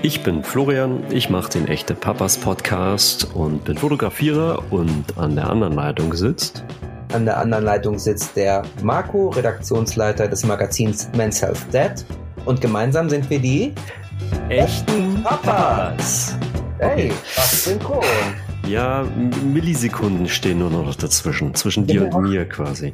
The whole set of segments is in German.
Ich bin Florian, ich mache den Echte Papas Podcast und bin Fotografierer, und an der anderen Leitung sitzt... An der anderen Leitung sitzt der Marco, Redaktionsleiter des Magazins Men's Health Dad, und gemeinsam sind wir die Echten Papas. Hey, was synchron. Ja, Millisekunden stehen nur noch dazwischen, zwischen dir und mir quasi.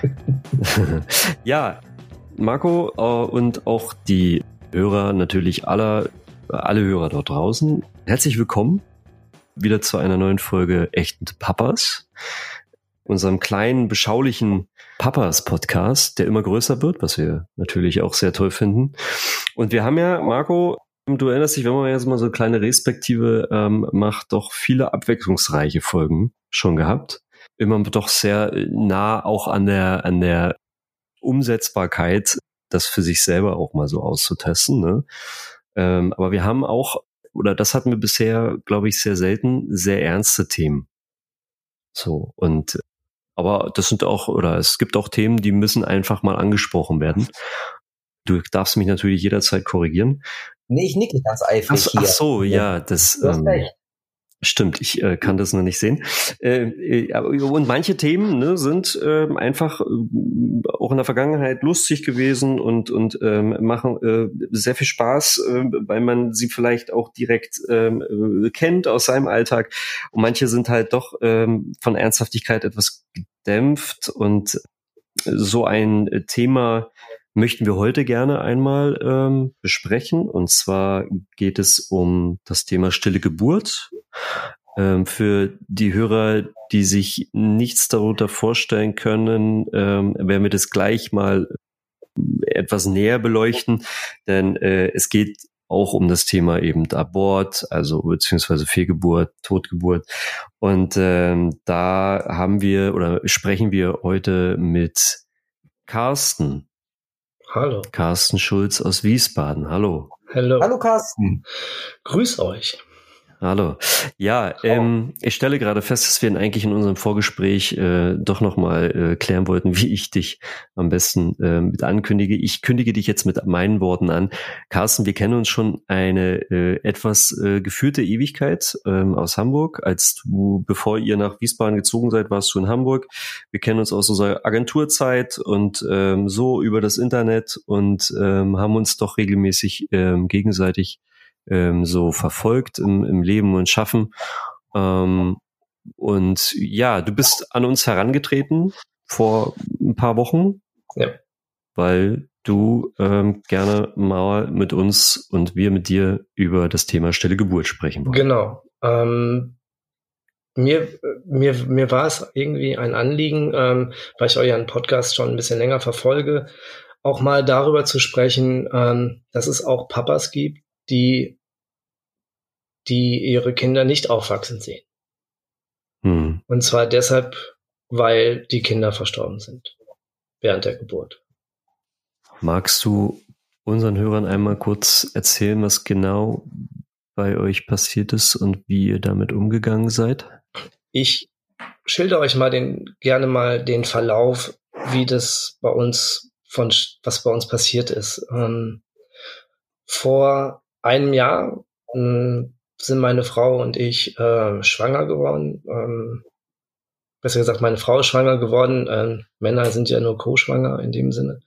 Ja, Marco und auch die Hörer, natürlich alle Hörer dort draußen, herzlich willkommen wieder zu einer neuen Folge Echten Papas, unserem kleinen, beschaulichen Papas-Podcast, der immer größer wird, was wir natürlich auch sehr toll finden. Und wir haben ja, Marco, du erinnerst dich, wenn man jetzt mal so eine kleine Respektive macht, doch viele abwechslungsreiche Folgen schon gehabt. Immer doch sehr nah auch an der Umsetzbarkeit, das für sich selber auch mal so auszutesten, ne? Aber wir haben auch, oder das hatten wir bisher, glaube ich, sehr selten, sehr ernste Themen. So, aber das sind auch, oder es gibt auch Themen, die müssen einfach mal angesprochen werden. Du darfst mich natürlich jederzeit korrigieren. Nee, ich nicke ganz eifrig hier. Ach so, ja, das stimmt, ich kann das noch nicht sehen. Und manche Themen, ne, sind einfach auch in der Vergangenheit lustig gewesen und machen sehr viel Spaß, weil man sie vielleicht auch direkt kennt aus seinem Alltag. Und manche sind halt doch von Ernsthaftigkeit etwas gedämpft, und so ein Thema möchten wir heute gerne einmal besprechen. Und zwar geht es um das Thema stille Geburt. Für die Hörer, die sich nichts darunter vorstellen können, werden wir das gleich mal etwas näher beleuchten, denn es geht auch um das Thema eben Abort, also beziehungsweise Fehlgeburt, Totgeburt. Und da haben wir oder sprechen wir heute mit Carsten. Hallo. Carsten Schulz aus Wiesbaden. Hallo. Hallo Carsten. Grüß euch. Hallo. Ja, ich stelle gerade fest, dass wir eigentlich in unserem Vorgespräch doch nochmal klären wollten, wie ich dich am besten mit ankündige. Ich kündige dich jetzt mit meinen Worten an. Carsten, wir kennen uns schon eine etwas gefühlte Ewigkeit aus Hamburg. Bevor ihr nach Wiesbaden gezogen seid, warst du in Hamburg. Wir kennen uns aus unserer Agenturzeit und so über das Internet und haben uns doch regelmäßig gegenseitig so verfolgt im Leben und Schaffen. Und ja, du bist an uns herangetreten vor ein paar Wochen, ja, weil du gerne mal mit uns und wir mit dir über das Thema stille Geburt sprechen wollen. Genau. Mir war es irgendwie ein Anliegen, weil ich euren Podcast schon ein bisschen länger verfolge, auch mal darüber zu sprechen, dass es auch Papas gibt, die ihre Kinder nicht aufwachsen sehen. Und zwar deshalb, weil die Kinder verstorben sind während der Geburt. Magst du unseren Hörern einmal kurz erzählen, was genau bei euch passiert ist und wie ihr damit umgegangen seid? Ich schilder euch gerne mal den Verlauf, wie das was bei uns passiert ist. Vor einem Jahr sind meine Frau und ich schwanger geworden. Besser gesagt, meine Frau ist schwanger geworden. Männer sind ja nur co-schwanger in dem Sinne.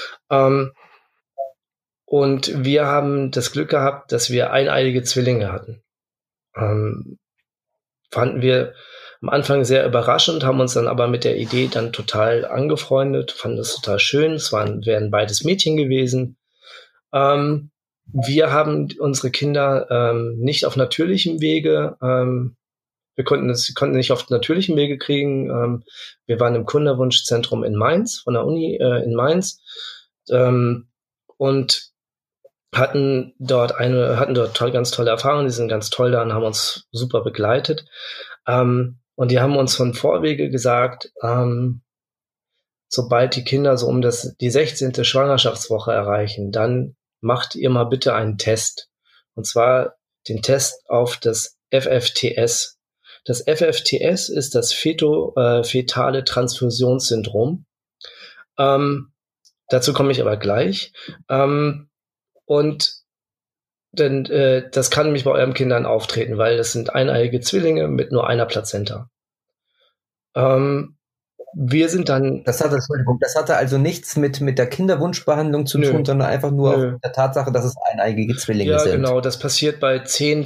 Und wir haben das Glück gehabt, dass wir eineiige Zwillinge hatten. Fanden wir am Anfang sehr überraschend, haben uns dann aber mit der Idee dann total angefreundet, fanden das total schön. Wären beides Mädchen gewesen. Wir haben unsere Kinder nicht auf natürlichem Wege, wir konnten nicht auf natürlichem Wege kriegen. Wir waren im Kinderwunschzentrum in Mainz, von der Uni in Mainz, und hatten dort ganz tolle Erfahrungen. Die sind ganz toll da und haben uns super begleitet. Und die haben uns von Vorwege gesagt, sobald die Kinder so die 16. Schwangerschaftswoche erreichen, dann macht ihr mal bitte einen Test. Und zwar den Test auf das FFTS. Das FFTS ist das fetale Transfusionssyndrom. Dazu komme ich aber gleich. Und Denn das kann nämlich bei euren Kindern auftreten, weil das sind eineiige Zwillinge mit nur einer Plazenta. Wir sind dann... Das hatte also nichts mit der Kinderwunschbehandlung zu tun, sondern einfach nur auf der Tatsache, dass es eineigige Zwillinge sind. Ja, genau. Das passiert bei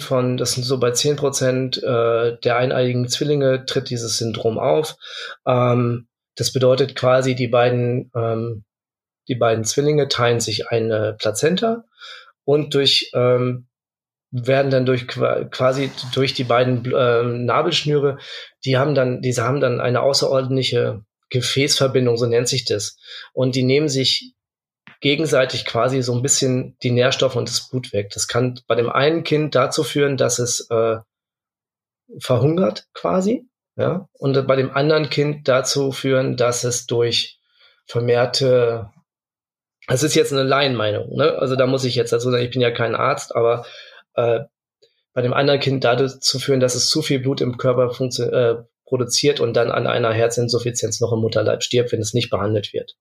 10% der eineiigen Zwillinge tritt dieses Syndrom auf. Das bedeutet quasi, die beiden Zwillinge teilen sich eine Plazenta und werden dann quasi durch die beiden Nabelschnüre, diese haben dann eine außerordentliche Gefäßverbindung, so nennt sich das. Und die nehmen sich gegenseitig quasi so ein bisschen die Nährstoffe und das Blut weg. Das kann bei dem einen Kind dazu führen, dass es verhungert quasi, ja, und bei dem anderen Kind dazu führen, dass es durch vermehrte, das ist jetzt eine Laienmeinung, ne? Also da muss ich jetzt dazu sagen, ich bin ja kein Arzt, aber bei dem anderen Kind dazu führen, dass es zu viel Blut im Körper produziert und dann an einer Herzinsuffizienz noch im Mutterleib stirbt, wenn es nicht behandelt wird.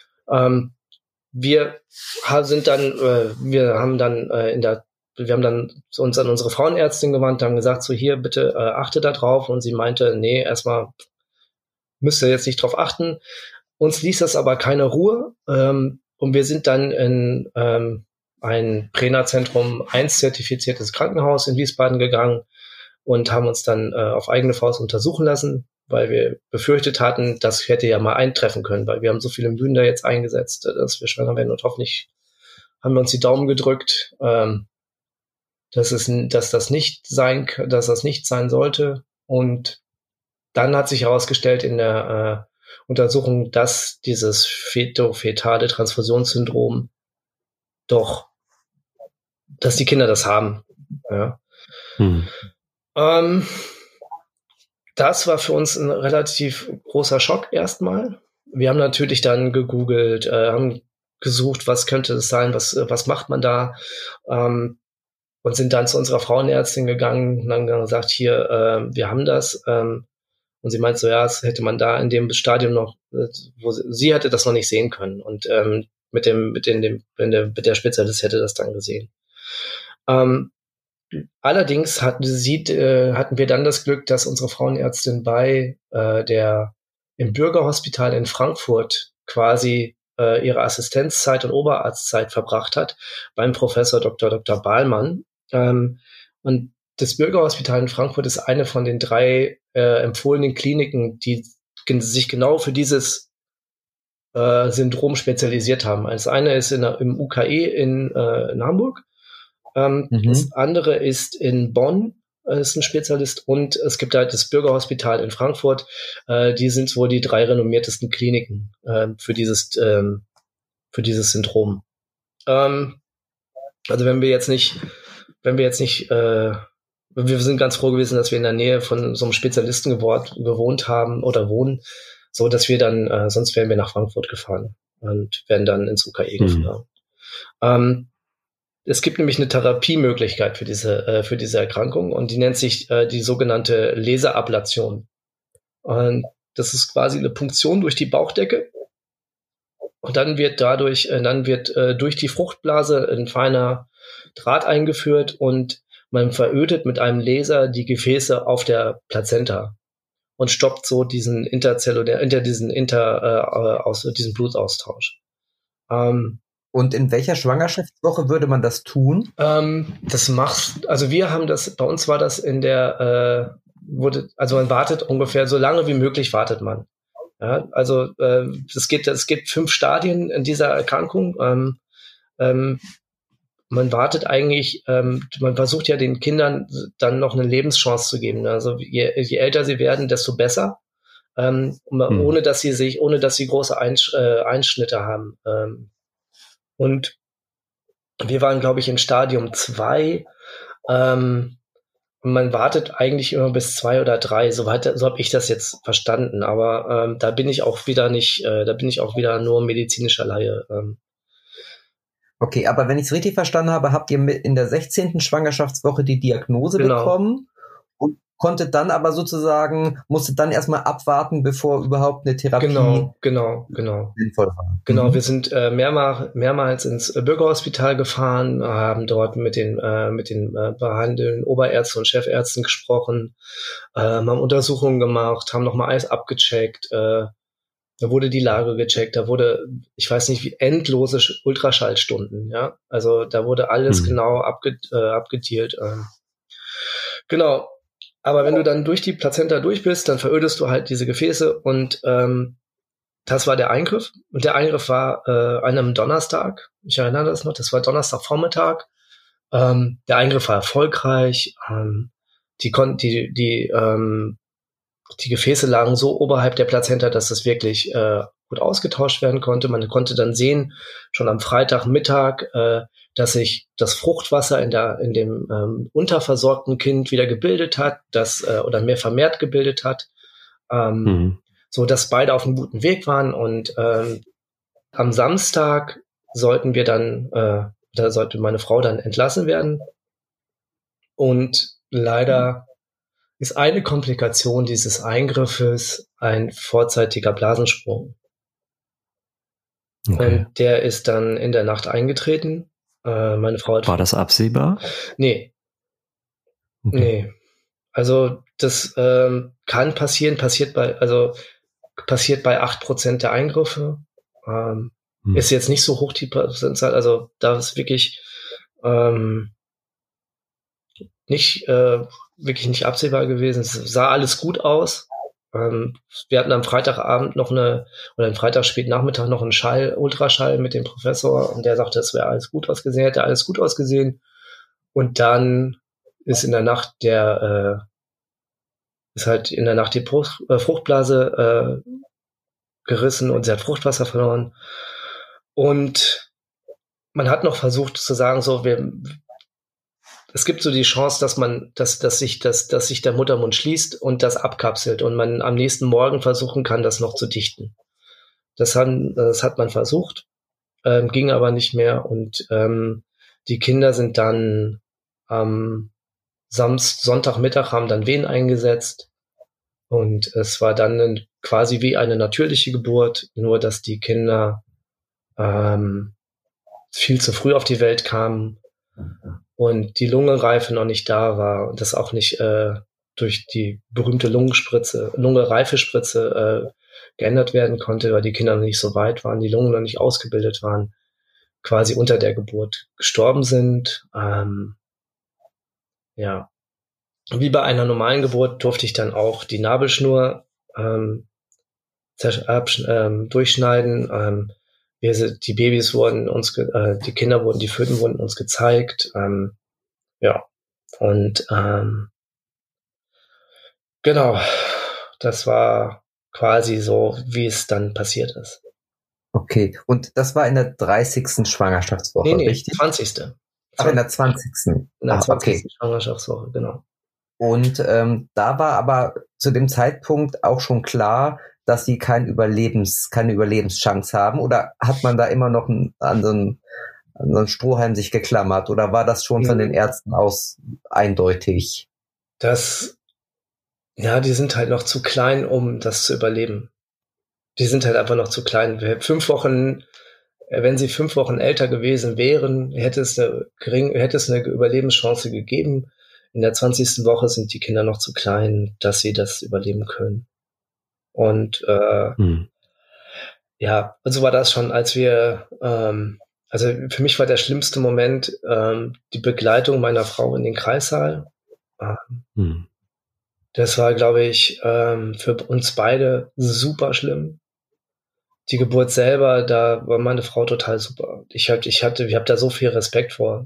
Wir haben dann uns an unsere Frauenärztin gewandt, haben gesagt, so hier, bitte achte da drauf. Und sie meinte, nee, erstmal müsst ihr jetzt nicht drauf achten. Uns ließ das aber keine Ruhe. Und wir sind dann in ein Prena-Zentrum 1 zertifiziertes Krankenhaus in Wiesbaden gegangen und haben uns dann auf eigene Faust untersuchen lassen, weil wir befürchtet hatten, das hätte ja mal eintreffen können, weil wir haben so viele Mühen da jetzt eingesetzt, dass wir schwanger werden, und hoffentlich haben wir uns die Daumen gedrückt, dass das nicht sein sollte. Und dann hat sich herausgestellt in der Untersuchung, dass dieses fetale Transfusionssyndrom dass die Kinder das haben. Ja. Das war für uns ein relativ großer Schock erstmal. Wir haben natürlich dann gegoogelt, haben gesucht, was könnte es sein, was macht man da, und sind dann zu unserer Frauenärztin gegangen und haben gesagt, hier, wir haben das. Und sie meinte so, ja, das hätte man da in dem Stadium noch, wo sie hatte das noch nicht sehen können. Und mit der Spezialist hätte das dann gesehen. Allerdings hatten wir dann das Glück, dass unsere Frauenärztin im Bürgerhospital in Frankfurt quasi ihre Assistenzzeit und Oberarztzeit verbracht hat beim Professor Dr. Bahlmann. Und das Bürgerhospital in Frankfurt ist eine von den 3 empfohlenen Kliniken, die sich genau für dieses Syndrom spezialisiert haben. Das eine ist im UKE in Hamburg. Das andere ist in Bonn, ist ein Spezialist, und es gibt halt das Bürgerhospital in Frankfurt. Die sind wohl die 3 renommiertesten Kliniken für dieses Syndrom. Also wir sind ganz froh gewesen, dass wir in der Nähe von so einem Spezialisten gewohnt haben oder wohnen, so dass wir dann, sonst wären wir nach Frankfurt gefahren und wären dann ins UKE gefahren. Es gibt nämlich eine Therapiemöglichkeit für diese Erkrankung, und die nennt sich die sogenannte Laserablation. Und das ist quasi eine Punktion durch die Bauchdecke, und dann wird durch die Fruchtblase ein feiner Draht eingeführt und man verödet mit einem Laser die Gefäße auf der Plazenta und stoppt so diesen diesen Blutaustausch. Und in welcher Schwangerschaftswoche würde man das tun? Also wir haben das, bei uns war das man wartet ungefähr so lange wie möglich wartet man. Ja, also es gibt 5 Stadien in dieser Erkrankung. Man wartet eigentlich, man versucht ja den Kindern dann noch eine Lebenschance zu geben. Also je älter sie werden, desto besser. Ohne dass sie große Einschnitte haben. Und wir waren, glaube ich, in Stadium 2. Man wartet eigentlich immer bis 2 oder 3. So habe ich das jetzt verstanden. Aber da bin ich auch wieder nur medizinischer Laie. Okay, aber wenn ich es richtig verstanden habe, habt ihr in der 16. Schwangerschaftswoche die Diagnose bekommen und konntet dann aber sozusagen, musstet dann erstmal abwarten, bevor überhaupt eine Therapie genau. sinnvoll war. Genau, wir sind mehrmals ins Bürgerhospital gefahren, haben dort mit den behandelnden Oberärzten und Chefärzten gesprochen, haben Untersuchungen gemacht, haben nochmal alles abgecheckt, da wurde die Lage gecheckt, da wurde, ich weiß nicht, wie endlose Ultraschallstunden, ja, also da wurde alles genau abgedealt. Genau, aber wenn du dann durch die Plazenta durch bist, dann verödest du halt diese Gefäße und das war der Eingriff. Und der Eingriff war an einem Donnerstag. Ich erinnere das noch, das war Donnerstagvormittag. Der Eingriff war erfolgreich. Die Gefäße lagen so oberhalb der Plazenta, dass das wirklich gut ausgetauscht werden konnte. Man konnte dann sehen, schon am Freitagmittag, dass sich das Fruchtwasser in dem unterversorgten Kind wieder gebildet hat, oder mehr vermehrt gebildet hat, so dass beide auf einem guten Weg waren. Und am Samstag sollte meine Frau dann entlassen werden. Und leider ist eine Komplikation dieses Eingriffes ein vorzeitiger Blasensprung. Okay. Und der ist dann in der Nacht eingetreten. Meine Frau War das absehbar? Nee. Okay. Nee. Also das kann passieren, passiert bei 8% der Eingriffe. Ist jetzt nicht so hoch die Prozentzahl, also da ist wirklich wirklich nicht absehbar gewesen. Es sah alles gut aus. Wir hatten am Freitagabend oder am Freitag spätnachmittag noch einen Ultraschall mit dem Professor und der sagte, es wäre alles gut ausgesehen, hätte alles gut ausgesehen. Und dann ist in der Nacht die Fruchtblase gerissen und sie hat Fruchtwasser verloren. Und man hat noch versucht zu sagen, es gibt so die Chance, dass sich der Muttermund schließt und das abkapselt und man am nächsten Morgen versuchen kann, das noch zu dichten. Das hat man versucht, ging aber nicht mehr und die Kinder sind dann am Sonntagmittag haben dann Wehen eingesetzt und es war dann quasi wie eine natürliche Geburt, nur dass die Kinder viel zu früh auf die Welt kamen und die Lungenreife noch nicht da war und das auch nicht durch die berühmte Lungenreifespritze geändert werden konnte, weil die Kinder noch nicht so weit waren, die Lungen noch nicht ausgebildet waren, quasi unter der Geburt gestorben sind. Ja. Wie bei einer normalen Geburt durfte ich dann auch die Nabelschnur durchschneiden. Die Babys wurden die Kinder die Föten wurden uns gezeigt. Ja. Und genau, das war quasi so, wie es dann passiert ist. Okay, und das war in der 30. Schwangerschaftswoche, nee, richtig? 20. Ach, in der 20. In der 20. Schwangerschaftswoche, genau. Und da war aber zu dem Zeitpunkt auch schon klar, dass sie keine Überlebenschance haben? Oder hat man da immer noch an so einen Strohhalm sich geklammert? Oder war das schon von den Ärzten aus eindeutig? Die sind halt noch zu klein, um das zu überleben. Die sind halt einfach noch zu klein. Wenn sie 5 Wochen älter gewesen wären, hätte es eine Überlebenschance gegeben. In der 20. Woche sind die Kinder noch zu klein, dass sie das überleben können. Und ja, und so war das schon, als wir, also für mich war der schlimmste Moment die Begleitung meiner Frau in den Kreissaal. Das war, glaube ich, für uns beide super schlimm. Die Geburt selber, da war meine Frau total super. Ich hab da so viel Respekt vor.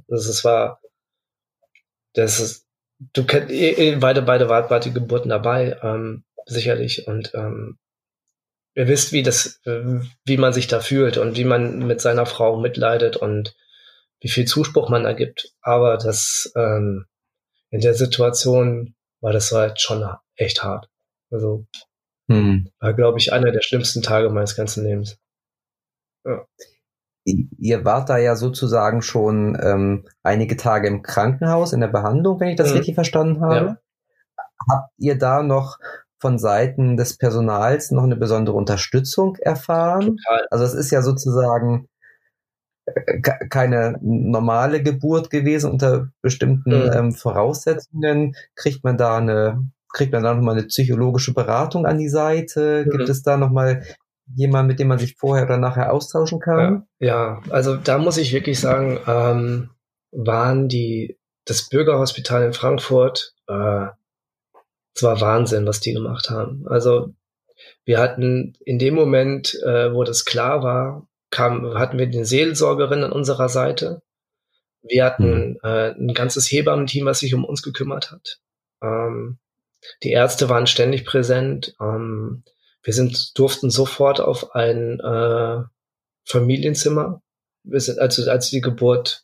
Beide wart die Geburten dabei, sicherlich. Und ihr wisst, wie man sich da fühlt und wie man mit seiner Frau mitleidet und wie viel Zuspruch man da gibt. Aber in der Situation war das halt schon echt hart. Also war, glaube ich, einer der schlimmsten Tage meines ganzen Lebens. Ja. Ihr wart da ja sozusagen schon einige Tage im Krankenhaus in der Behandlung, wenn ich das richtig verstanden habe. Ja. habt ihr da noch von Seiten des Personals noch eine besondere Unterstützung erfahren? Total. Also es ist ja sozusagen keine normale Geburt gewesen unter bestimmten Voraussetzungen. Kriegt man da nochmal eine psychologische Beratung an die Seite? Gibt es da nochmal jemand, mit dem man sich vorher oder nachher austauschen kann? Ja, also da muss ich wirklich sagen, waren das Bürgerhospital in Frankfurt, es war Wahnsinn, was die gemacht haben. Also wir hatten in dem Moment, wo das klar war, hatten wir die Seelsorgerin an unserer Seite. Wir hatten ein ganzes Hebammenteam, was sich um uns gekümmert hat. Die Ärzte waren ständig präsent. Wir durften sofort auf ein Familienzimmer. Als die Geburt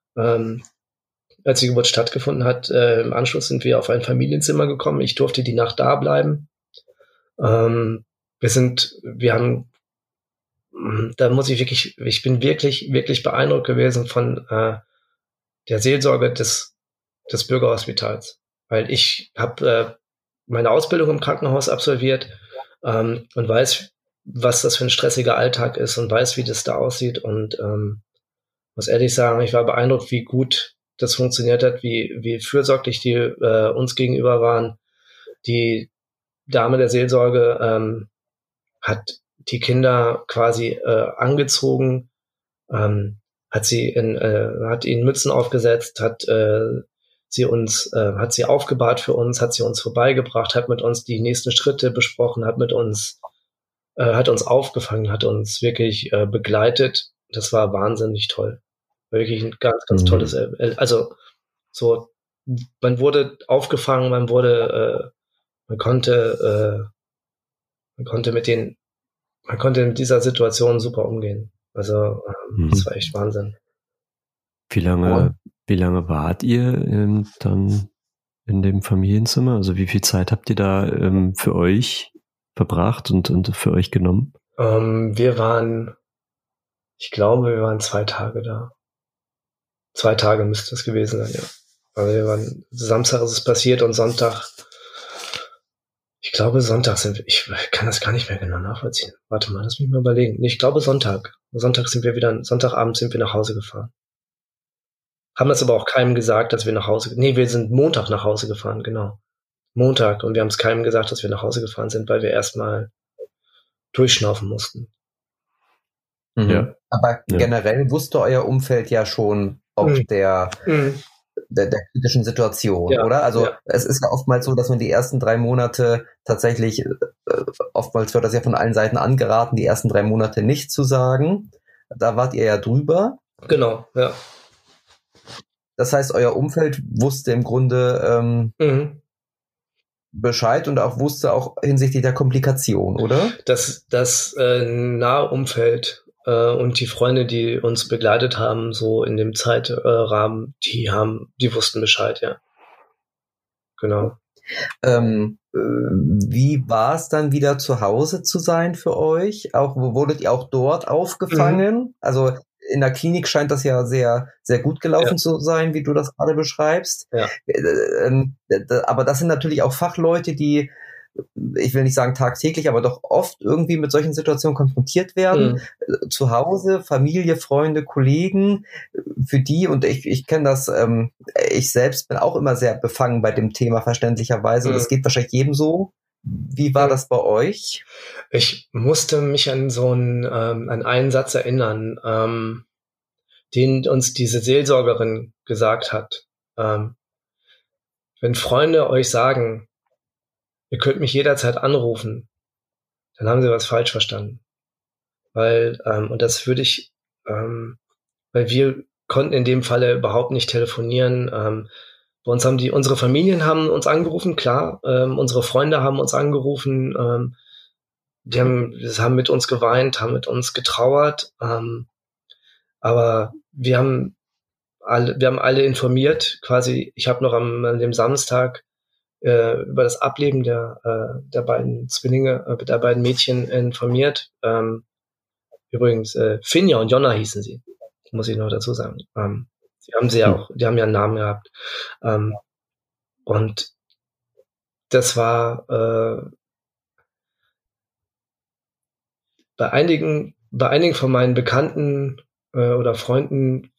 stattgefunden hat, im Anschluss sind wir auf ein Familienzimmer gekommen. Ich durfte die Nacht da bleiben. Ich bin wirklich, wirklich beeindruckt gewesen von der Seelsorge des Bürgerhospitals. Weil ich habe meine Ausbildung im Krankenhaus absolviert und weiß, was das für ein stressiger Alltag ist und weiß, wie das da aussieht. Und muss ehrlich sagen, ich war beeindruckt, wie gut das funktioniert hat, wie fürsorglich die uns gegenüber waren. Die Dame der Seelsorge hat die Kinder quasi angezogen, hat ihnen Mützen aufgesetzt, hat sie aufgebahrt für uns, hat sie uns vorbeigebracht, hat mit uns die nächsten Schritte besprochen, hat uns aufgefangen, hat uns wirklich begleitet. Das war wahnsinnig toll. Wirklich ein ganz, ganz tolles, also so, man wurde aufgefangen, man konnte mit dieser Situation super umgehen. Also das war echt Wahnsinn. Wie lange wart ihr dann in dem Familienzimmer? Also wie viel Zeit habt ihr da für euch verbracht und für euch genommen? Ich glaube, wir waren 2 Tage da. 2 Tage müsste es gewesen sein, ja. Also Samstag ist es passiert und Sonntag, ich glaube Sonntag ich kann das gar nicht mehr genau nachvollziehen. Warte mal, lass mich mal überlegen. Ich glaube Sonntagabend sind wir nach Hause gefahren. Haben das aber auch keinem gesagt, dass wir wir sind Montag nach Hause gefahren, genau. Montag, und wir haben es keinem gesagt, dass wir nach Hause gefahren sind, weil wir erstmal durchschnaufen mussten. Ja. Aber generell wusste euer Umfeld ja schon, ob der kritischen Situation, oder? Also es ist ja oftmals so, dass man die ersten 3 Monate tatsächlich, oftmals wird das ja von allen Seiten angeraten, die ersten 3 Monate nicht zu sagen. Da wart ihr ja drüber. Genau, ja. Das heißt, euer Umfeld wusste im Grunde Bescheid und wusste auch hinsichtlich der Komplikation, oder? Das nahe Umfeld und die Freunde, die uns begleitet haben, so in dem Zeitrahmen, die wussten Bescheid, ja. Genau. Wie war es dann wieder zu Hause zu sein für euch? Wurdet ihr auch dort aufgefangen? Also in der Klinik scheint das ja sehr, sehr gut gelaufen zu sein, wie du das gerade beschreibst. Ja. Aber das sind natürlich auch Fachleute, die, ich will nicht sagen tagtäglich, aber doch oft irgendwie mit solchen Situationen konfrontiert werden. Zu Hause, Familie, Freunde, Kollegen, für die, und ich kenne das, ich selbst bin auch immer sehr befangen bei dem Thema, verständlicherweise. Das geht wahrscheinlich jedem so. Wie war das bei euch? Ich musste mich an an einen Satz erinnern, den uns diese Seelsorgerin gesagt hat. Wenn Freunde euch sagen, ihr könnt mich jederzeit anrufen, dann haben sie was falsch verstanden. Weil wir konnten in dem Falle überhaupt nicht telefonieren. Bei uns unsere Familien haben uns angerufen, klar. Unsere Freunde haben uns angerufen. Die haben mit uns geweint, haben mit uns getrauert. Aber wir haben alle informiert. Quasi, ich habe noch an dem Samstag über das Ableben der beiden Zwillinge, der beiden Mädchen informiert. Übrigens, Finja und Jonna hießen sie, muss ich noch dazu sagen. Die haben ja einen Namen gehabt. Und das war bei einigen von meinen Bekannten oder Freunden,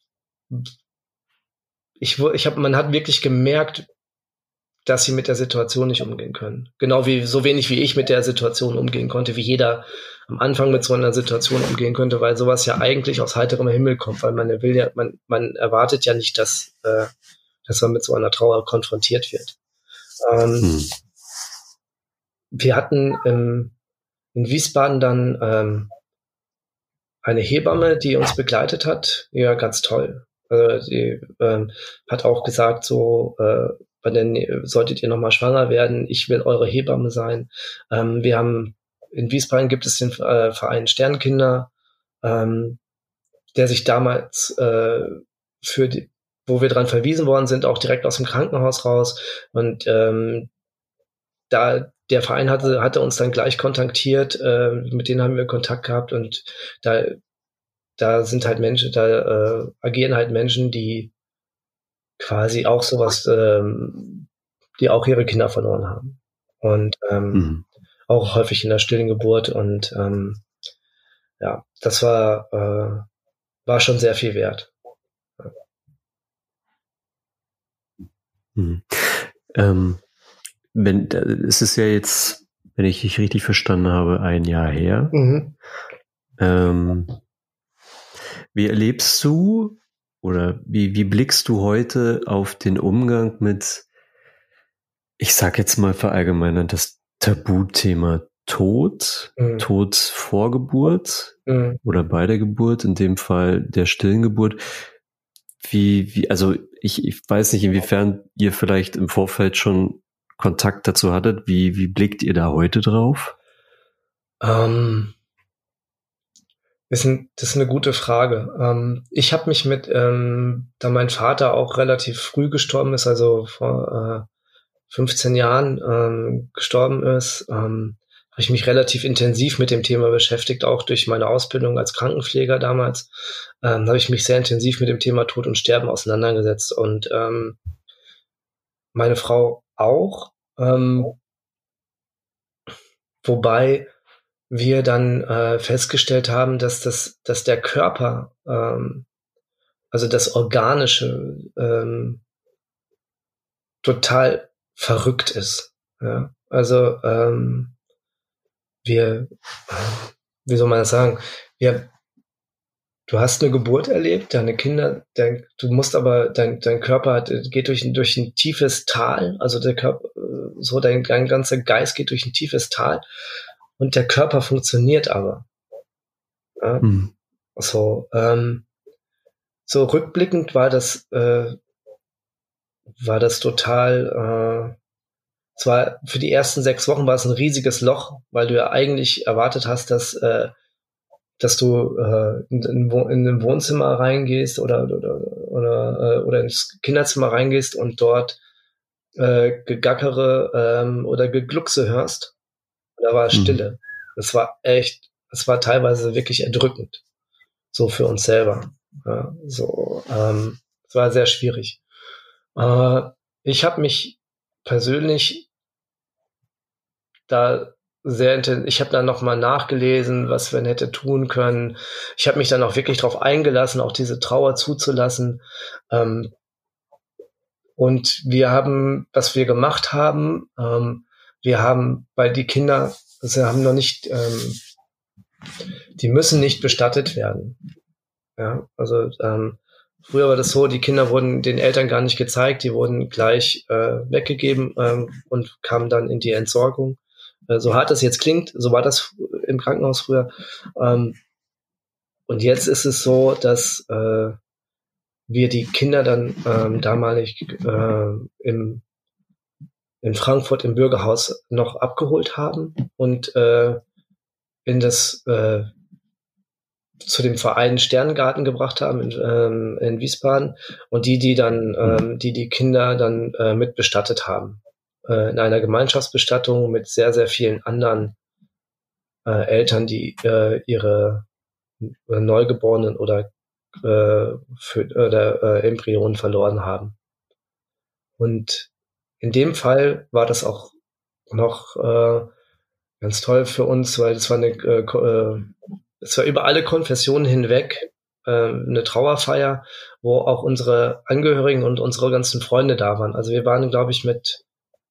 man hat wirklich gemerkt, dass sie mit der Situation nicht umgehen können. Genau wie so wenig wie ich mit der Situation umgehen konnte, wie jeder am Anfang mit so einer Situation umgehen könnte, weil sowas ja eigentlich aus heiterem Himmel kommt, weil man erwartet ja nicht, dass man mit so einer Trauer konfrontiert wird. Wir hatten in Wiesbaden dann eine Hebamme, die uns begleitet hat. Ja, ganz toll. Also die hat auch gesagt, so, solltet ihr nochmal schwanger werden, ich will eure Hebamme sein. Wir haben in Wiesbaden gibt es den Verein Sternkinder, der sich damals wo wir dran verwiesen worden sind, auch direkt aus dem Krankenhaus raus. Und der Verein hatte uns dann gleich kontaktiert, mit denen haben wir Kontakt gehabt, und da sind halt Menschen, da agieren halt Menschen, die quasi auch sowas, die auch ihre Kinder verloren haben. Und auch häufig in der stillen Geburt. Und ja, das war schon sehr viel wert. Es ist ja jetzt, wenn ich dich richtig verstanden habe, ein Jahr her. Wie erlebst du oder wie blickst du heute auf den Umgang mit, ich sag jetzt mal verallgemeinert, das Tabuthema Tod, Tod vor Geburt oder bei der Geburt, in dem Fall der stillen Geburt. Also ich weiß nicht, inwiefern ihr vielleicht im Vorfeld schon Kontakt dazu hattet. Wie blickt ihr da heute drauf? Das ist eine gute Frage. Ich habe mich da mein Vater auch relativ früh gestorben ist, also vor 15 Jahren gestorben ist, habe ich mich relativ intensiv mit dem Thema beschäftigt, auch durch meine Ausbildung als Krankenpfleger damals. Habe ich mich sehr intensiv mit dem Thema Tod und Sterben auseinandergesetzt, und meine Frau auch. Wobei wir dann festgestellt haben, dass der Körper, also das Organische, total verrückt ist. Ja? Also wie soll man das sagen? Du hast eine Geburt erlebt, deine Kinder, du musst aber, dein Körper geht durch ein tiefes Tal, also der Körper, so dein ganzer Geist geht durch ein tiefes Tal, und der Körper funktioniert aber. Ja? So rückblickend war das total, zwar für die ersten 6 Wochen war es ein riesiges Loch, weil du ja eigentlich erwartet hast, dass du in ein Wohnzimmer reingehst oder ins Kinderzimmer reingehst und dort Gegackere oder Gegluckse hörst. Da war Stille. Das war teilweise wirklich erdrückend. So für uns selber. Ja, so, es war sehr schwierig. Ich habe mich persönlich ich habe dann nochmal nachgelesen, was man hätte tun können. Ich habe mich dann auch wirklich darauf eingelassen, auch diese Trauer zuzulassen. Und was wir gemacht haben, weil die Kinder, sie haben noch nicht, die müssen nicht bestattet werden. Ja, also früher war das so, die Kinder wurden den Eltern gar nicht gezeigt, die wurden gleich weggegeben und kamen dann in die Entsorgung. So hart das jetzt klingt, so war das im Krankenhaus früher. Und jetzt ist es so, dass wir die Kinder dann damalig in Frankfurt im Bürgerhaus noch abgeholt haben und zu dem Verein Sterngarten gebracht haben in Wiesbaden, und die Kinder dann mit bestattet haben. In einer Gemeinschaftsbestattung mit sehr, sehr vielen anderen Eltern, die ihre Neugeborenen oder Embryonen verloren haben. Und in dem Fall war das auch noch ganz toll für uns, weil es war es war über alle Konfessionen hinweg eine Trauerfeier, wo auch unsere Angehörigen und unsere ganzen Freunde da waren. Also wir waren, glaube ich, mit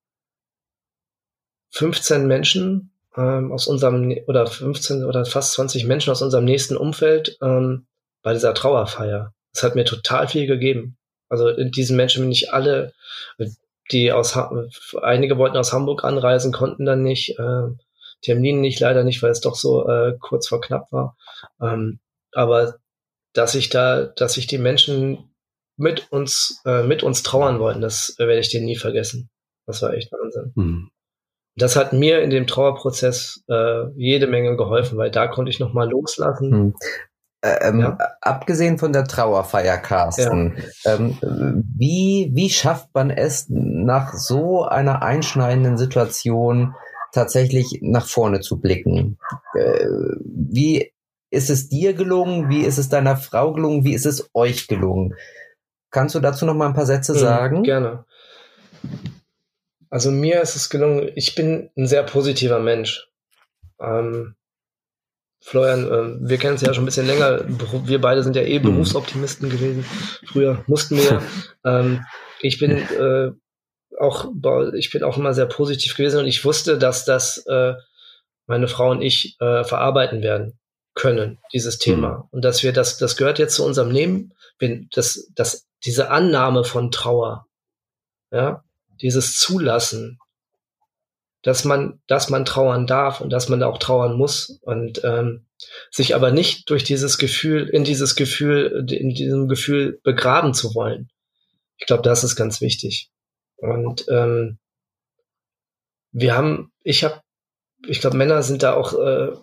15 Menschen aus unserem, oder 15 oder fast 20 Menschen aus unserem nächsten Umfeld bei dieser Trauerfeier. Das hat mir total viel gegeben. Also diesen Menschen bin ich alle, einige wollten aus Hamburg anreisen, konnten dann nicht, Termin nicht, leider nicht, weil es doch so kurz vor knapp war. Aber dass sich die Menschen mit uns trauern wollten, das werde ich denen nie vergessen. Das war echt Wahnsinn. Mhm. Das hat mir in dem Trauerprozess jede Menge geholfen, weil da konnte ich nochmal loslassen. Ja? Abgesehen von der Trauerfeier, Carsten, wie schafft man es, nach so einer einschneidenden Situation tatsächlich nach vorne zu blicken? Wie ist es dir gelungen? Wie ist es deiner Frau gelungen? Wie ist es euch gelungen? Kannst du dazu noch mal ein paar Sätze sagen? Gerne. Also mir ist es gelungen, ich bin ein sehr positiver Mensch. Florian, wir kennen uns ja schon ein bisschen länger. Wir beide sind ja Berufsoptimisten gewesen. Früher mussten wir. Ich bin auch immer sehr positiv gewesen und ich wusste, dass das meine Frau und ich verarbeiten werden können, dieses Thema. Und dass wir das gehört jetzt zu unserem Leben, diese Annahme von Trauer, ja, dieses Zulassen, dass man trauern darf und dass man da auch trauern muss und sich aber nicht durch in diesem Gefühl begraben zu wollen. Ich glaube, das ist ganz wichtig. Und ich glaube, Männer sind da auch ein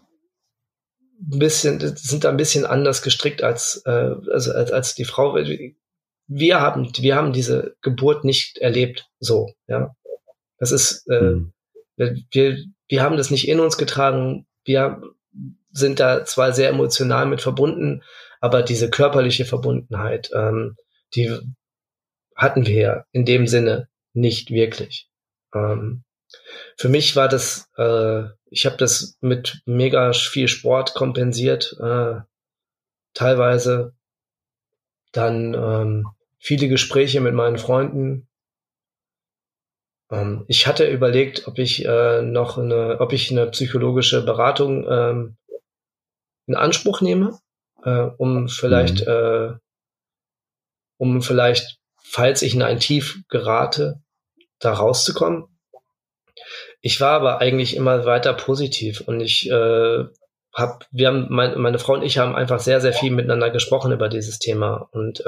bisschen anders gestrickt als die Frau. Wir haben diese Geburt nicht erlebt, so, ja. Das ist, wir haben das nicht in uns getragen. Wir sind da zwar sehr emotional mit verbunden, aber diese körperliche Verbundenheit, die hatten wir ja in dem Sinne nicht wirklich. Für mich war das, ich habe das mit mega viel Sport kompensiert, teilweise dann viele Gespräche mit meinen Freunden. Ich hatte überlegt, ob ich eine psychologische Beratung in Anspruch nehme, um vielleicht, falls ich in ein Tief gerate, da rauszukommen. Ich war aber eigentlich immer weiter positiv und meine Frau und ich haben einfach sehr, sehr viel miteinander gesprochen über dieses Thema und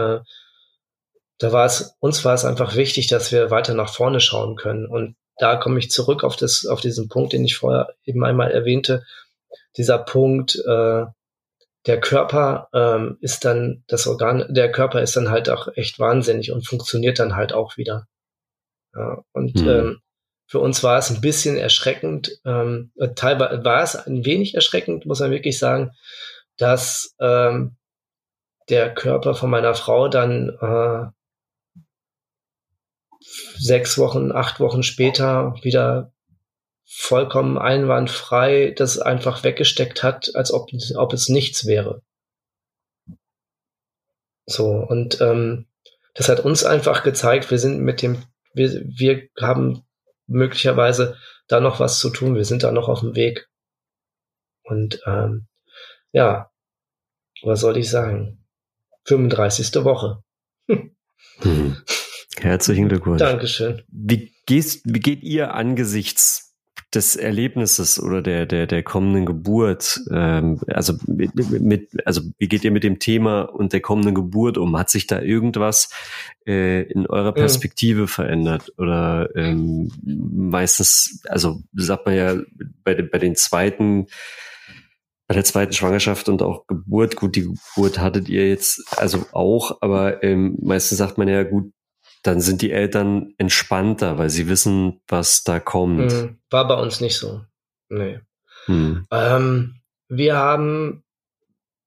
uns war es einfach wichtig, dass wir weiter nach vorne schauen können. Und da komme ich zurück auf diesen Punkt, den ich vorher eben einmal erwähnte. Dieser Punkt, der Körper ist dann der Körper ist dann halt auch echt wahnsinnig und funktioniert dann halt auch wieder. Ja, und für uns war es ein bisschen erschreckend, teilweise war es ein wenig erschreckend, muss man wirklich sagen, dass der Körper von meiner Frau dann 6 Wochen, 8 Wochen später wieder vollkommen einwandfrei das einfach weggesteckt hat, als ob es nichts wäre. So, und das hat uns einfach gezeigt, wir haben möglicherweise da noch was zu tun, wir sind da noch auf dem Weg. Und ja, was soll ich sagen? 35. Woche. Herzlichen Glückwunsch. Dankeschön. Wie geht ihr angesichts des Erlebnisses oder der kommenden Geburt, also wie geht ihr mit dem Thema und der kommenden Geburt um? Hat sich da irgendwas in eurer Perspektive verändert? Oder meistens, also sagt man ja bei der zweiten Schwangerschaft und auch Geburt, gut, die Geburt hattet ihr jetzt also auch, aber meistens sagt man ja, gut, dann sind die Eltern entspannter, weil sie wissen, was da kommt. War bei uns nicht so. Nee. Wir haben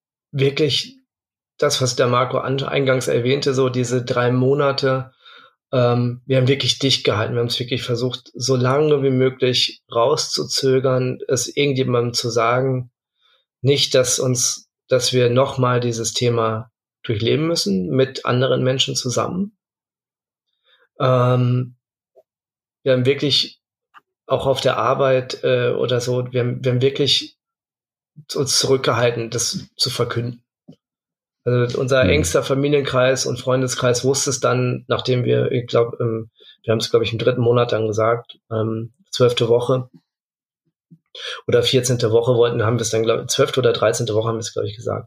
wirklich das, was der Marco eingangs erwähnte, so diese 3 Monate wir haben wirklich dicht gehalten. Wir haben es wirklich versucht, so lange wie möglich rauszuzögern, es irgendjemandem zu sagen, nicht, dass wir nochmal dieses Thema durchleben müssen mit anderen Menschen zusammen. Wir haben wirklich auch auf der Arbeit oder so, wir haben wirklich uns zurückgehalten, das zu verkünden. Also unser engster Familienkreis und Freundeskreis wusste es dann, nachdem wir haben es, glaube ich, im 3. Monat dann gesagt, 12. Woche oder 14. Woche haben wir es dann, glaube ich, 12. oder 13. Woche haben wir es, glaube ich, gesagt.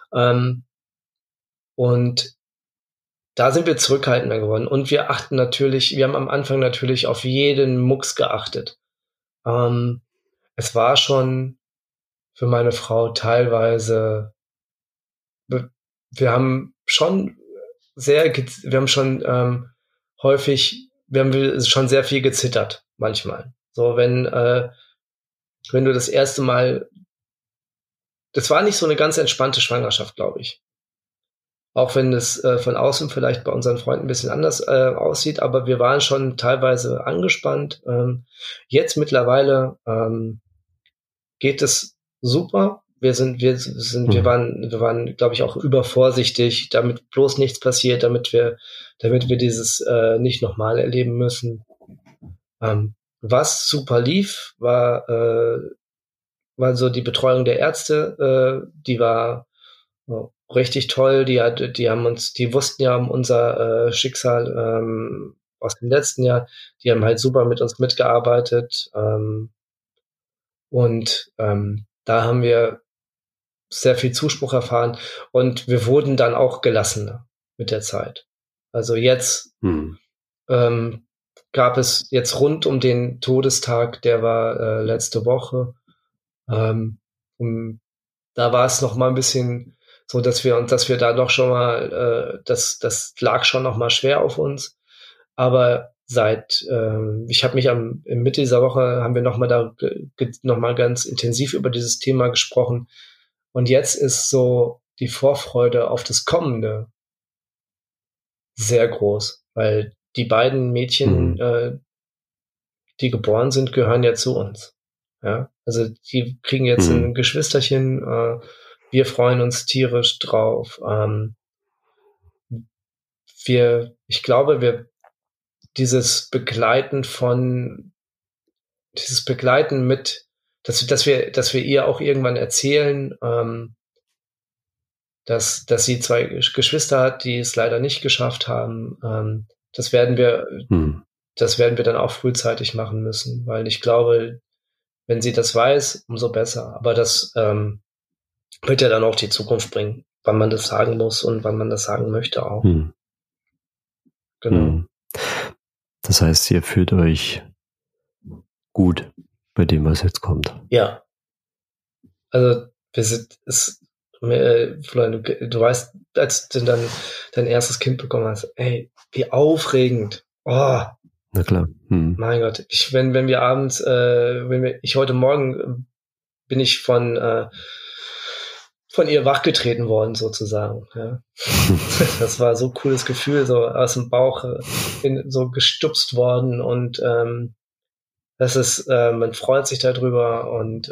Und da sind wir zurückhaltender geworden. Und wir haben am Anfang natürlich auf jeden Mucks geachtet. Es war schon für meine Frau teilweise, wir haben schon sehr viel gezittert, manchmal. So, wenn du das erste Mal, das war nicht so eine ganz entspannte Schwangerschaft, glaube ich. Auch wenn es von außen vielleicht bei unseren Freunden ein bisschen anders aussieht, aber wir waren schon teilweise angespannt. Jetzt mittlerweile geht es super. Wir waren, glaube ich, auch übervorsichtig, damit bloß nichts passiert, damit wir dieses nicht nochmal erleben müssen. Was super lief, war so die Betreuung der Ärzte, die war richtig toll. Die wussten ja um unser Schicksal aus dem letzten Jahr. Die haben halt super mit uns mitgearbeitet. Da haben wir sehr viel Zuspruch erfahren und wir wurden dann auch gelassener mit der Zeit. Also jetzt gab es jetzt rund um den Todestag, der war letzte Woche. Da war es noch mal ein bisschen so, dass wir da noch schon mal, das lag schon noch mal schwer auf uns. Aber ich habe mich im Mitte dieser Woche, haben wir noch mal ganz intensiv über dieses Thema gesprochen. Und jetzt ist so die Vorfreude auf das Kommende sehr groß, weil die beiden Mädchen, die geboren sind, gehören ja zu uns. Ja, also die kriegen jetzt ein Geschwisterchen. Wir freuen uns tierisch drauf. Ich glaube, dieses Begleiten mit, dass wir ihr auch irgendwann erzählen, dass sie 2 Geschwister hat, die es leider nicht geschafft haben. Das werden wir dann auch frühzeitig machen müssen, weil ich glaube, wenn sie das weiß, umso besser. Aber das wird ja dann auch die Zukunft bringen, wann man das sagen muss und wann man das sagen möchte auch. Genau. Das heißt, ihr fühlt euch gut bei dem, was jetzt kommt. Ja. Also Florian, du weißt, als du dann dein erstes Kind bekommen hast, ey, wie aufregend. Oh. Na klar. Mein Gott. Wenn wir abends, heute Morgen bin ich von ihr wachgetreten worden, sozusagen. Ja. Das war so ein cooles Gefühl, so aus dem Bauch so gestupst worden und man freut sich darüber und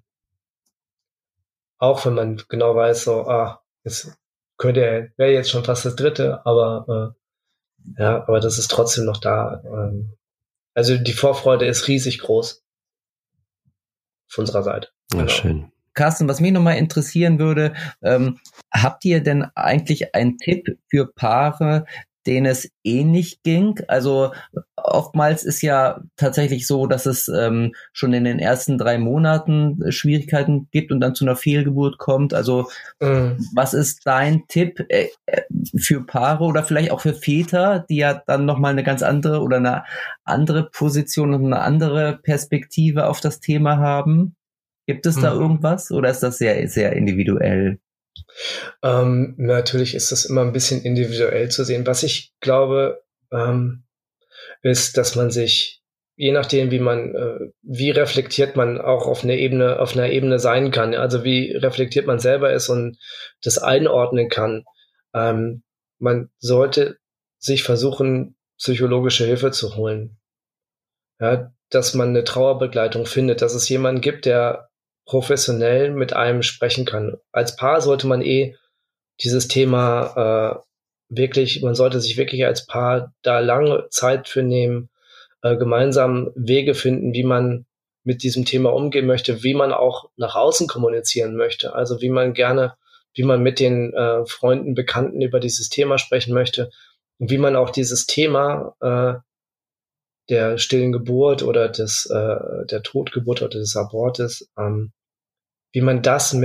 auch wenn man genau weiß, so, es wäre jetzt schon fast das 3., aber aber das ist trotzdem noch da. Also die Vorfreude ist riesig groß von unserer Seite. Ja, genau. Schön. Carsten, was mich nochmal interessieren würde, habt ihr denn eigentlich einen Tipp für Paare, denen es ähnlich ging? Also oftmals ist ja tatsächlich so, dass es schon in den ersten 3 Monaten Schwierigkeiten gibt und dann zu einer Fehlgeburt kommt. Also was ist dein Tipp für Paare oder vielleicht auch für Väter, die ja dann nochmal eine ganz andere oder eine andere Position und eine andere Perspektive auf das Thema haben? Gibt es da irgendwas oder ist das sehr, sehr individuell? Natürlich ist das immer ein bisschen individuell zu sehen. Was ich glaube, ist, dass man sich, je nachdem, wie reflektiert man auch auf einer Ebene sein kann, also wie reflektiert man selber ist und das einordnen kann. Man sollte sich versuchen psychologische Hilfe zu holen. Ja, dass man eine Trauerbegleitung findet, dass es jemanden gibt, der professionell mit einem sprechen kann. Als Paar sollte man dieses Thema man sollte sich wirklich als Paar da lange Zeit für nehmen, gemeinsam Wege finden, wie man mit diesem Thema umgehen möchte, wie man auch nach außen kommunizieren möchte, also wie man mit den Freunden, Bekannten über dieses Thema sprechen möchte und wie man auch dieses Thema der stillen Geburt oder der Totgeburt oder des Abortes, wie man das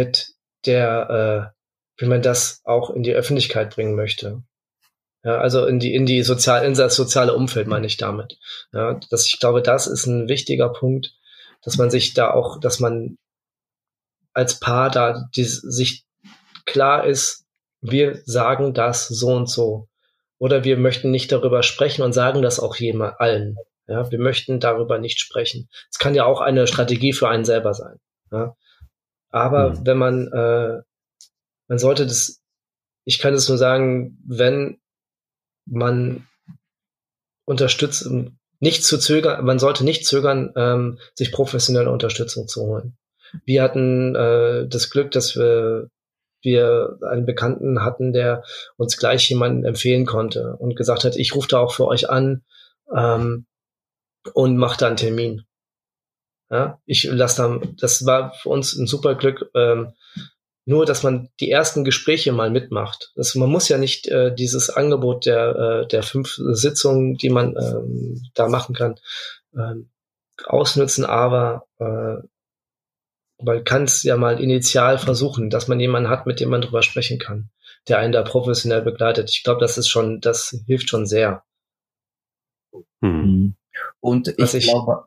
wie man das auch in die Öffentlichkeit bringen möchte. Ja, also in das soziale Umfeld meine ich damit. Ja, ich glaube, das ist ein wichtiger Punkt, dass man als Paar sich klar ist, wir sagen das so und so. Oder wir möchten nicht darüber sprechen und sagen das auch allen. Ja, wir möchten darüber nicht sprechen. Es kann ja auch eine Strategie für einen selber sein. Ja. Aber wenn man sollte ich kann es nur sagen, wenn man man sollte nicht zögern, sich professionelle Unterstützung zu holen. Wir hatten das Glück, dass wir einen Bekannten hatten, der uns gleich jemanden empfehlen konnte und gesagt hat, ich rufe da auch für euch an und mache da einen Termin. Ja, das war für uns ein super Glück, nur, dass man die ersten Gespräche mal mitmacht. Man muss ja nicht dieses Angebot der 5 Sitzungen, die man da machen kann, ausnutzen, aber man kann es ja mal initial versuchen, dass man jemanden hat, mit dem man drüber sprechen kann, der einen da professionell begleitet. Ich glaube, das hilft schon sehr. Und ich glaube,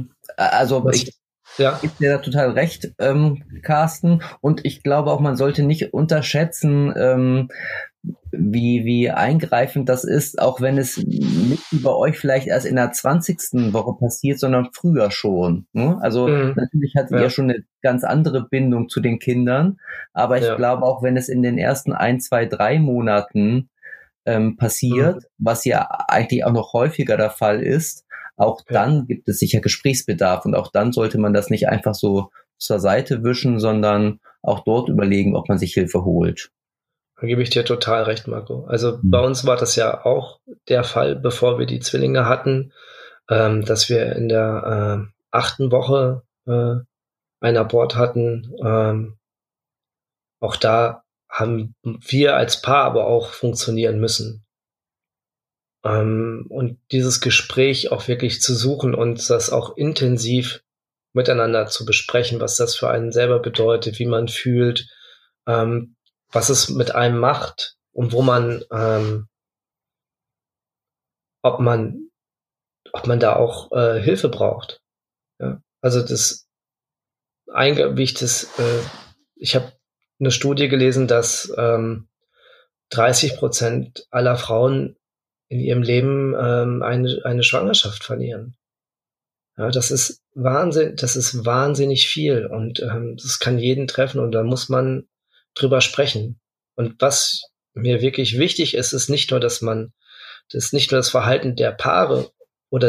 ja. Ich gebe dir da total recht, Carsten. Und ich glaube auch, man sollte nicht unterschätzen, wie eingreifend das ist, auch wenn es nicht bei euch vielleicht erst in der 20. Woche passiert, sondern früher schon. Ne? Also natürlich hattet ihr schon eine ganz andere Bindung zu den Kindern, aber ich glaube auch, wenn es in den ersten 1, 2, 3 Monaten passiert, was ja eigentlich auch noch häufiger der Fall ist, auch dann gibt es sicher Gesprächsbedarf und auch dann sollte man das nicht einfach so zur Seite wischen, sondern auch dort überlegen, ob man sich Hilfe holt. Da gebe ich dir total recht, Marco. Also bei uns war das ja auch der Fall, bevor wir die Zwillinge hatten, dass wir in der 8. Woche einen Abort hatten. Auch da haben wir als Paar aber auch funktionieren müssen. Und dieses Gespräch auch wirklich zu suchen und das auch intensiv miteinander zu besprechen, was das für einen selber bedeutet, wie man fühlt, was es mit einem macht und wo man, ob man da auch Hilfe braucht. Ja? Also ich habe eine Studie gelesen, dass 30% aller Frauen in ihrem Leben eine Schwangerschaft verlieren. Ja, das ist wahnsinnig viel und das kann jeden treffen und da muss man drüber sprechen. Und was mir wirklich wichtig ist, ist nicht nur das Verhalten der Paare oder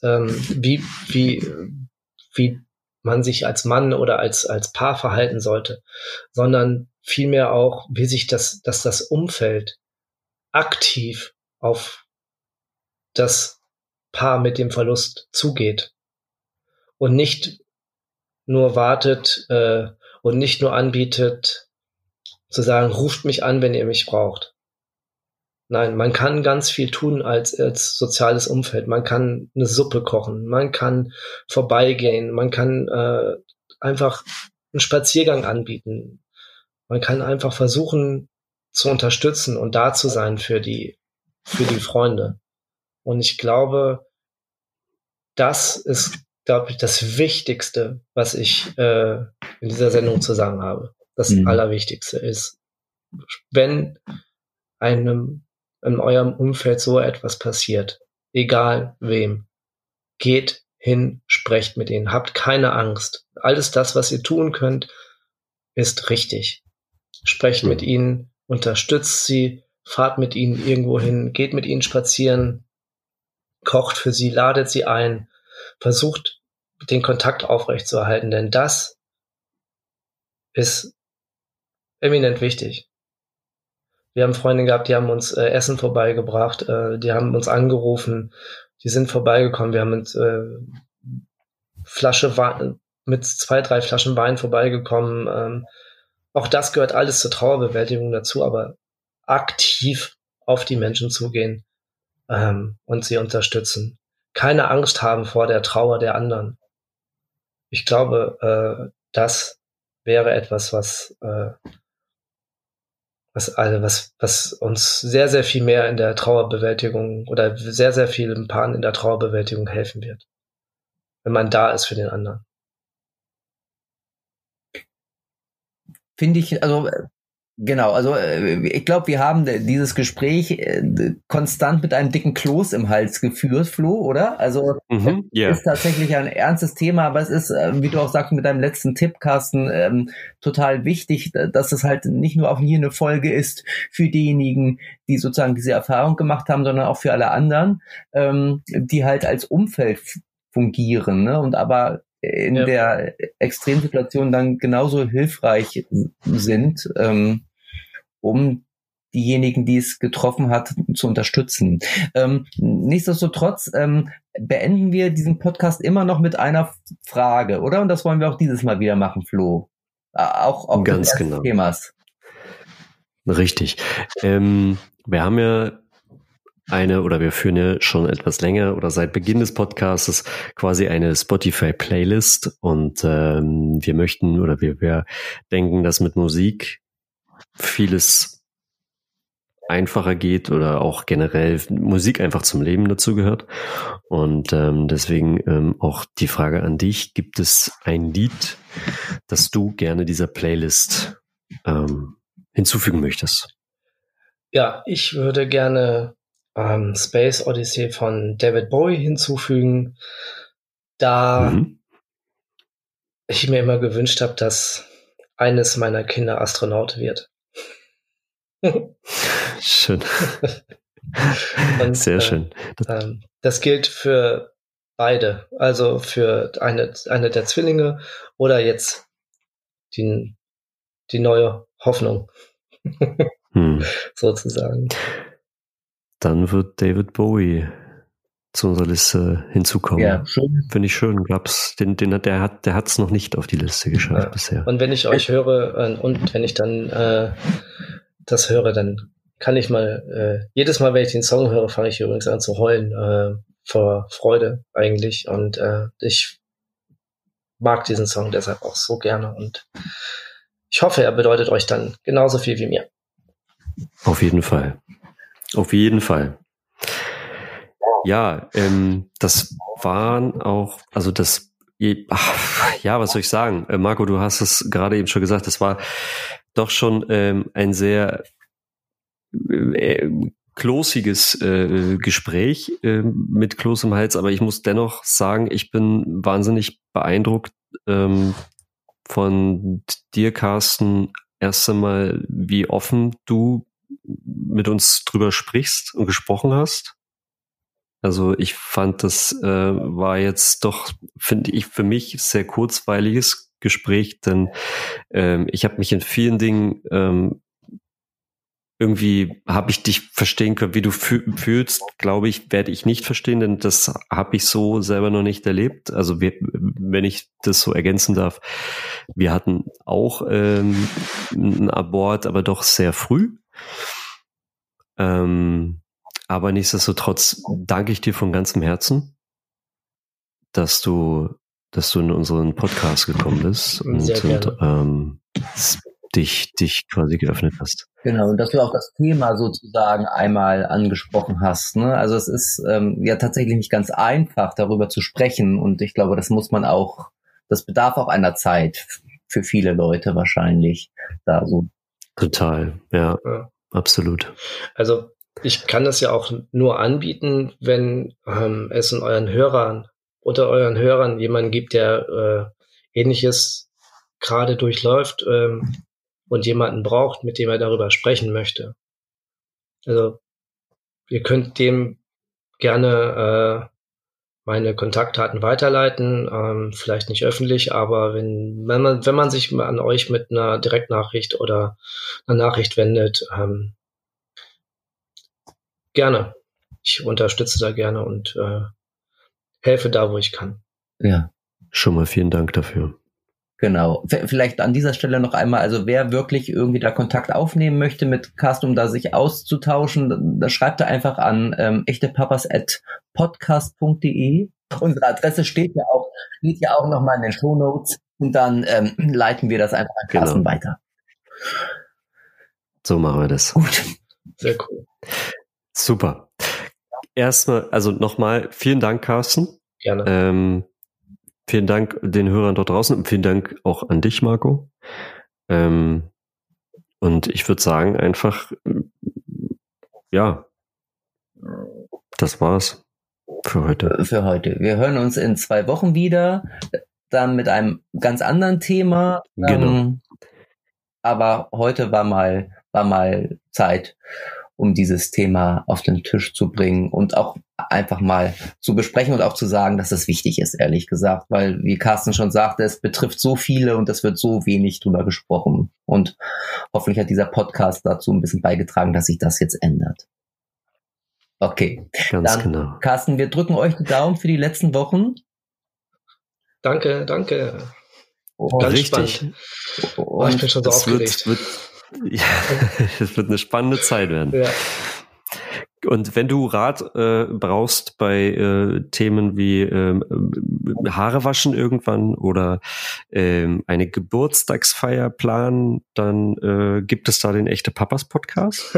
wie man sich als Mann oder als Paar verhalten sollte, sondern vielmehr auch, dass das Umfeld aktiv auf das Paar mit dem Verlust zugeht und nicht nur wartet und nicht nur anbietet, zu sagen, ruft mich an, wenn ihr mich braucht. Nein, man kann ganz viel tun als soziales Umfeld. Man kann eine Suppe kochen, man kann vorbeigehen, man kann einfach einen Spaziergang anbieten. Man kann einfach versuchen zu unterstützen und da zu sein für die Freunde. Und ich glaube, das ist, das Wichtigste, was ich in dieser Sendung zu sagen habe. Das Allerwichtigste ist, wenn einem in eurem Umfeld so etwas passiert, egal wem, geht hin, sprecht mit ihnen, habt keine Angst. Alles das, was ihr tun könnt, ist richtig. Sprecht mit ihnen, unterstützt sie, fahrt mit ihnen irgendwo hin, geht mit ihnen spazieren, kocht für sie, ladet sie ein, versucht den Kontakt aufrechtzuerhalten, denn das ist eminent wichtig. Wir haben Freunde gehabt, die haben uns Essen vorbeigebracht, die haben uns angerufen, die sind vorbeigekommen, wir haben uns mit 2, 3 Flaschen Wein vorbeigekommen. Auch das gehört alles zur Trauerbewältigung dazu, aber aktiv auf die Menschen zugehen und sie unterstützen. Keine Angst haben vor der Trauer der anderen. Ich glaube, das wäre etwas, was uns sehr, sehr viel mehr in der Trauerbewältigung oder sehr, sehr vielen Paaren in der Trauerbewältigung helfen wird, wenn man da ist für den anderen. Finde ich, also genau, also ich glaube, wir haben dieses Gespräch konstant mit einem dicken Kloß im Hals geführt, Flo, oder? Also ist tatsächlich ein ernstes Thema, aber es ist, wie du auch sagst mit deinem letzten Tipp, Carsten, total wichtig, dass es halt nicht nur auch hier eine Folge ist für diejenigen, die sozusagen diese Erfahrung gemacht haben, sondern auch für alle anderen, die halt als Umfeld fungieren, ne? Und aber in der Extremsituation dann genauso hilfreich sind, um diejenigen, die es getroffen hat, zu unterstützen. Nichtsdestotrotz beenden wir diesen Podcast immer noch mit einer Frage, oder? Und das wollen wir auch dieses Mal wieder machen, Flo. Auch ganz genau. Themas. Richtig. Wir haben ja wir führen ja schon etwas länger oder seit Beginn des Podcasts quasi eine Spotify-Playlist und wir möchten oder wir denken, dass mit Musik vieles einfacher geht oder auch generell Musik einfach zum Leben dazu gehört und deswegen auch die Frage an dich, gibt es ein Lied, das du gerne dieser Playlist hinzufügen möchtest? Ja, ich würde gerne Space Odyssey von David Bowie hinzufügen, da ich mir immer gewünscht habe, dass eines meiner Kinder Astronaut wird. Schön. Und, sehr schön. Das gilt für beide, also für eine der Zwillinge oder jetzt die neue Hoffnung, sozusagen. Dann wird David Bowie zu unserer Liste hinzukommen. Ja, schön. Finde ich schön. Glaub's, der hat's noch nicht auf die Liste geschafft bisher. Und wenn ich euch höre und wenn ich dann das höre, dann kann ich mal, jedes Mal, wenn ich den Song höre, fange ich übrigens an zu heulen, vor Freude eigentlich. Und ich mag diesen Song deshalb auch so gerne. Und ich hoffe, er bedeutet euch dann genauso viel wie mir. Auf jeden Fall. Auf jeden Fall. Ja, das waren auch, also was soll ich sagen? Marco, du hast es gerade eben schon gesagt, das war doch schon ein sehr klosiges Gespräch mit Kloß im Hals, aber ich muss dennoch sagen, ich bin wahnsinnig beeindruckt von dir, Carsten, erst einmal, wie offen du mit uns drüber sprichst und gesprochen hast. Also ich fand, das war jetzt doch, finde ich, für mich sehr kurzweiliges Gespräch, denn ich habe mich in vielen Dingen irgendwie habe ich dich verstehen können, wie du fühlst, glaube ich, werde ich nicht verstehen, denn das habe ich so selber noch nicht erlebt. Also wenn ich das so ergänzen darf, wir hatten auch einen Abort, aber doch sehr früh. Aber nichtsdestotrotz danke ich dir von ganzem Herzen, dass du in unseren Podcast gekommen bist und dich quasi geöffnet hast. Genau, und dass du auch das Thema sozusagen einmal angesprochen hast, ne? Also es ist ja tatsächlich nicht ganz einfach, darüber zu sprechen, und ich glaube, das bedarf auch einer Zeit für viele Leute wahrscheinlich. Da so. Total, ja. Absolut. Also ich kann das ja auch nur anbieten, wenn es unter euren Hörern jemanden gibt, der Ähnliches gerade durchläuft und jemanden braucht, mit dem er darüber sprechen möchte. Also ihr könnt dem gerne meine Kontaktdaten weiterleiten, vielleicht nicht öffentlich, aber wenn man sich an euch mit einer Direktnachricht oder einer Nachricht wendet, gerne. Ich unterstütze da gerne und helfe da, wo ich kann. Ja. Schon mal vielen Dank dafür. Genau. Vielleicht an dieser Stelle noch einmal, also wer wirklich irgendwie da Kontakt aufnehmen möchte mit Carsten, um da sich auszutauschen, da schreibt er einfach an echtepapas@podcast.de. Unsere Adresse steht ja auch nochmal in den Shownotes und dann leiten wir das einfach an Carsten weiter. So machen wir das. Gut. Sehr cool. Super. Erstmal, also nochmal vielen Dank, Carsten. Gerne. Vielen Dank den Hörern dort draußen und vielen Dank auch an dich, Marco. Und ich würde sagen, einfach, ja, das war's für heute. Wir hören uns in 2 Wochen wieder, dann mit einem ganz anderen Thema. Genau. Aber heute war mal Zeit, um dieses Thema auf den Tisch zu bringen und auch einfach mal zu besprechen und auch zu sagen, dass es wichtig ist, ehrlich gesagt, weil, wie Carsten schon sagte, es betrifft so viele und es wird so wenig drüber gesprochen. Und hoffentlich hat dieser Podcast dazu ein bisschen beigetragen, dass sich das jetzt ändert. Okay. Ganz genau. Carsten, wir drücken euch die Daumen für die letzten Wochen. Danke. Ganz richtig. Spannend. Ich bin schon so aufgeregt. Es wird eine spannende Zeit werden. Ja. Und wenn du Rat brauchst bei Themen wie Haare waschen irgendwann oder eine Geburtstagsfeier planen, dann gibt es da den Echte Papas Podcast.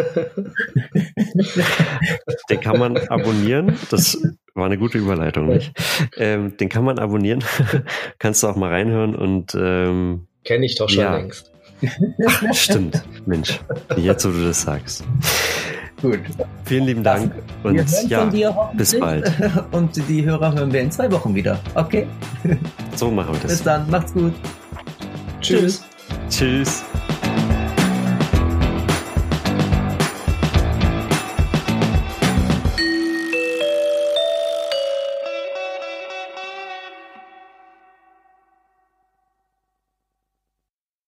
Den kann man abonnieren. Das war eine gute Überleitung, nicht? Den kann man abonnieren. Kannst du auch mal reinhören und kenne ich doch schon längst. Ach, stimmt, Mensch, jetzt wo du das sagst. Gut. Vielen lieben Dank und bis bald. Und die Hörer hören wir in 2 Wochen wieder. Okay? So machen wir das. Bis dann, macht's gut. Tschüss. Tschüss.